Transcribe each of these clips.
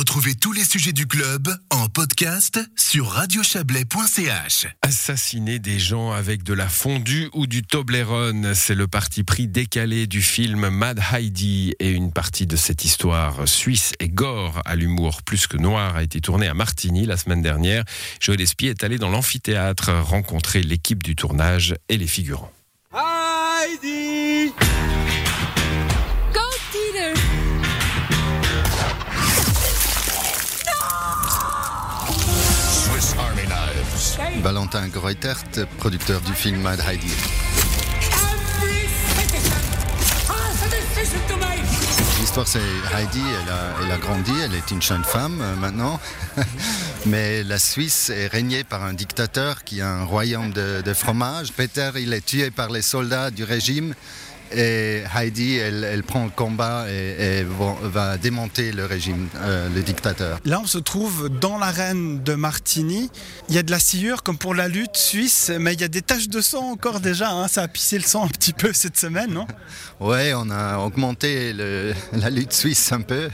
Retrouvez tous les sujets du club en podcast sur radiochablais.ch. Assassiner des gens avec de la fondue ou du Toblerone, c'est le parti pris décalé du film Mad Heidi, et une partie de cette histoire suisse et gore à l'humour plus que noir a été tournée à Martigny la semaine dernière. Joël Espier est allé dans l'amphithéâtre rencontrer l'équipe du tournage et les figurants. Heidi! Go, Peter! Swiss Army Knives. Valentin Greutert, producteur du film Mad Heidi. Every citizen has a decision to make! L'histoire, c'est Heidi, elle a grandi, elle est une jeune femme maintenant. Mais la Suisse est régnée par un dictateur qui a un royaume de fromage. Peter, il est tué par les soldats du régime. Et Heidi, elle prend le combat et va démonter le régime, le dictateur. Là, on se trouve dans l'arène de Martigny. Il y a de la sciure comme pour la lutte suisse, mais il y a des taches de sang encore déjà. Hein. Ça a pissé le sang un petit peu cette semaine, non ? Ouais, on a augmenté la lutte suisse un peu.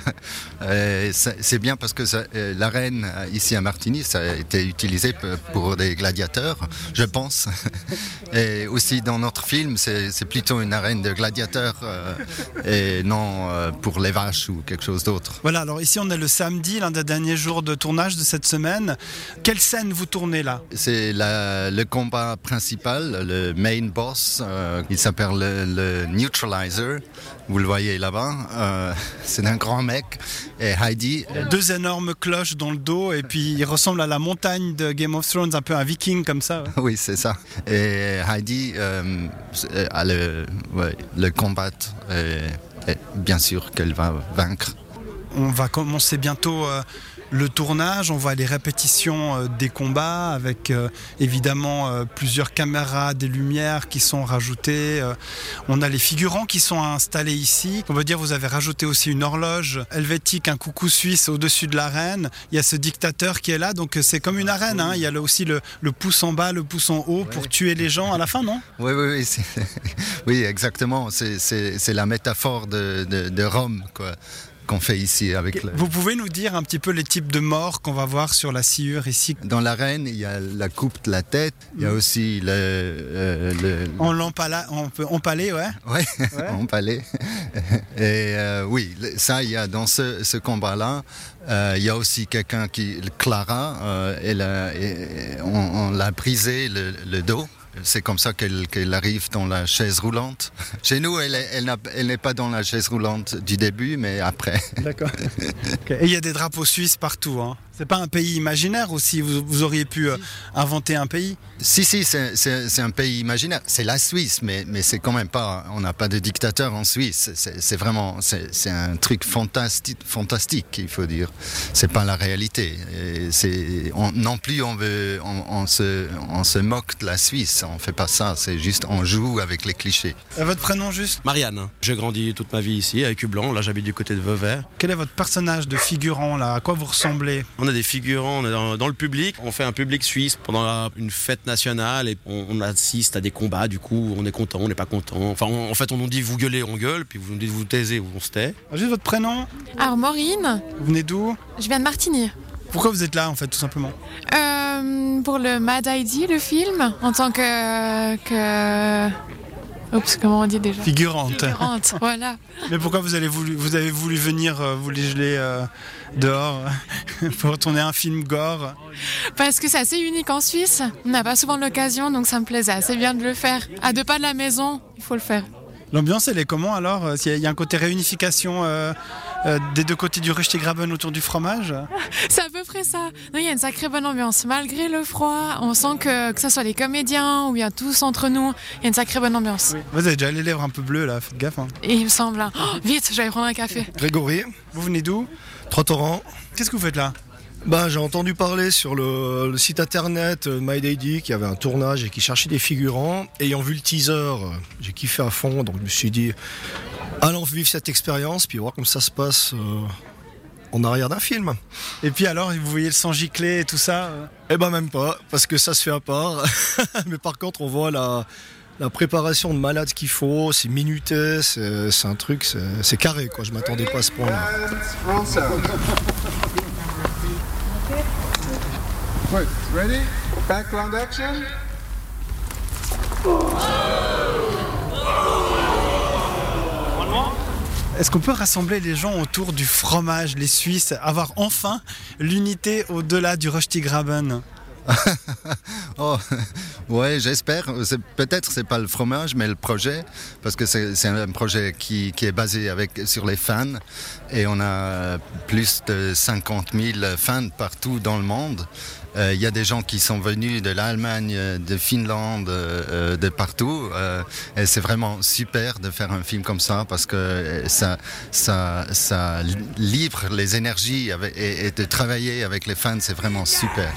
C'est bien parce que l'arène ici à Martigny, ça a été utilisé pour des gladiateurs, je pense. Et aussi dans notre film, c'est plutôt une arène de gladiateurs et non pour les vaches ou quelque chose d'autre. Voilà, alors ici on est le samedi, l'un des derniers jours de tournage de cette semaine. Quelle scène vous tournez là ? C'est le combat principal, le main boss. Il s'appelle le Neutralizer. Vous le voyez là-bas. C'est un grand mec. Et Heidi... Deux énormes cloches dans le dos et puis il ressemble à la montagne de Game of Thrones, un peu un viking comme ça. Ouais. Oui, c'est ça. Et Heidi a le combattre et bien sûr qu'elle va vaincre. On va commencer bientôt le tournage, on voit les répétitions des combats avec évidemment plusieurs caméras, des lumières qui sont rajoutées. On a les figurants qui sont installés ici. On veut dire vous avez rajouté aussi une horloge helvétique, un coucou suisse au-dessus de l'arène. Il y a ce dictateur qui est là, donc c'est comme une arène. Hein. Il y a là aussi le pouce en bas, le pouce en haut pour tuer les gens à la fin, non ? Oui, oui, exactement. C'est la métaphore de Rome, quoi. Qu'on fait ici avec Vous pouvez nous dire un petit peu les types de morts qu'on va voir sur la sciure ici ? Dans l'arène, il y a la coupe de la tête, il y a aussi On peut empaler, ouais. Ouais. Empaler. Et oui, ça, il y a dans ce combat-là, il y a aussi quelqu'un Clara, on l'a brisé le dos. C'est comme ça qu'elle arrive dans la chaise roulante. Chez nous, elle n'est pas dans la chaise roulante du début, mais après. D'accord. Okay. Et il y a des drapeaux suisses partout. Hein. C'est pas un pays imaginaire aussi. Vous auriez pu inventer un pays. Si, c'est un pays imaginaire. C'est la Suisse, mais c'est quand même pas. On n'a pas de dictateur en Suisse. C'est vraiment, c'est un truc fantastique, il faut dire. C'est pas la réalité. Non plus, on se moque de la Suisse. On fait pas ça. C'est juste, on joue avec les clichés. Votre prénom juste ? Marianne. J'ai grandi toute ma vie ici, à Écublanc. Là, j'habite du côté de Vauvert. Quel est votre personnage de figurant là ? À quoi vous ressemblez ? On a des figurants, on est dans le public. On fait un public suisse pendant une fête nationale et on assiste à des combats. Du coup, on est content, on n'est pas content. Enfin, en fait, on nous dit vous gueulez, on gueule. Puis vous nous dites vous taisez, on se tait. Juste votre prénom ? Alors, Maureen, Vous venez d'où ? je viens de Martigny. Pourquoi vous êtes là en fait, tout simplement ? Pour le Mad Heidi, le film, en tant que... Oups, comment on dit déjà ? Figurante. Figurante, voilà. Mais pourquoi vous avez voulu venir vous les geler dehors pour tourner un film gore ? Parce que c'est assez unique en Suisse. On n'a pas souvent l'occasion, donc ça me plaisait assez bien de le faire. À 2 pas de la maison, il faut le faire. L'ambiance, elle est comment alors ? Il y a un côté réunification des deux côtés du Rüstigraben autour du fromage ? C'est à peu près ça. Non, il y a une sacrée bonne ambiance. Malgré le froid, on sent que ce soit les comédiens ou bien tous entre nous, il y a une sacrée bonne ambiance. Oui. Vous avez déjà les lèvres un peu bleues là, faites gaffe. Hein. Et il me semble, hein. Oh, vite, j'allais prendre un café. Grégory, Vous venez d'où ? Trois-Torrents. Qu'est-ce que vous faites là ? J'ai entendu parler sur le site internet Mad Heidi qu'il y avait un tournage et qu'ils cherchaient des figurants. Ayant vu le teaser, j'ai kiffé à fond, donc je me suis dit allons vivre cette expérience puis voir comment ça se passe en arrière d'un film. Et puis alors, vous voyez le sang gicler et tout ça Eh ben même pas, parce que ça se fait à part. Mais par contre, on voit la préparation de malade qu'il faut, c'est minuté, c'est un truc, c'est carré quoi. Je m'attendais pas à ce point-là. Wait, ready? Background action. Est-ce qu'on peut rassembler les gens autour du fromage, les Suisses, avoir enfin l'unité au-delà du Röstigraben? Oh, ouais, j'espère. Peut-être c'est pas le fromage, mais le projet, parce que c'est un projet qui est basé sur les fans, et on a plus de 50 000 fans partout dans le monde. Il y a des gens qui sont venus de l'Allemagne, de Finlande, de partout, et c'est vraiment super de faire un film comme ça, parce que ça livre les énergies et de travailler avec les fans, c'est vraiment super.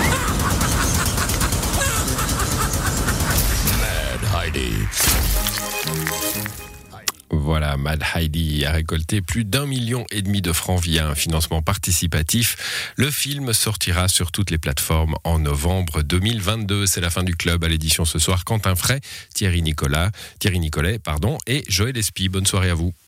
Voilà, Mad Heidi a récolté plus d'1,5 million de francs via un financement participatif. Le film sortira sur toutes les plateformes en novembre 2022. C'est la fin du club. À l'édition ce soir, Quentin Fray, Thierry Nicolet, et Joël Espy. Bonne soirée à vous.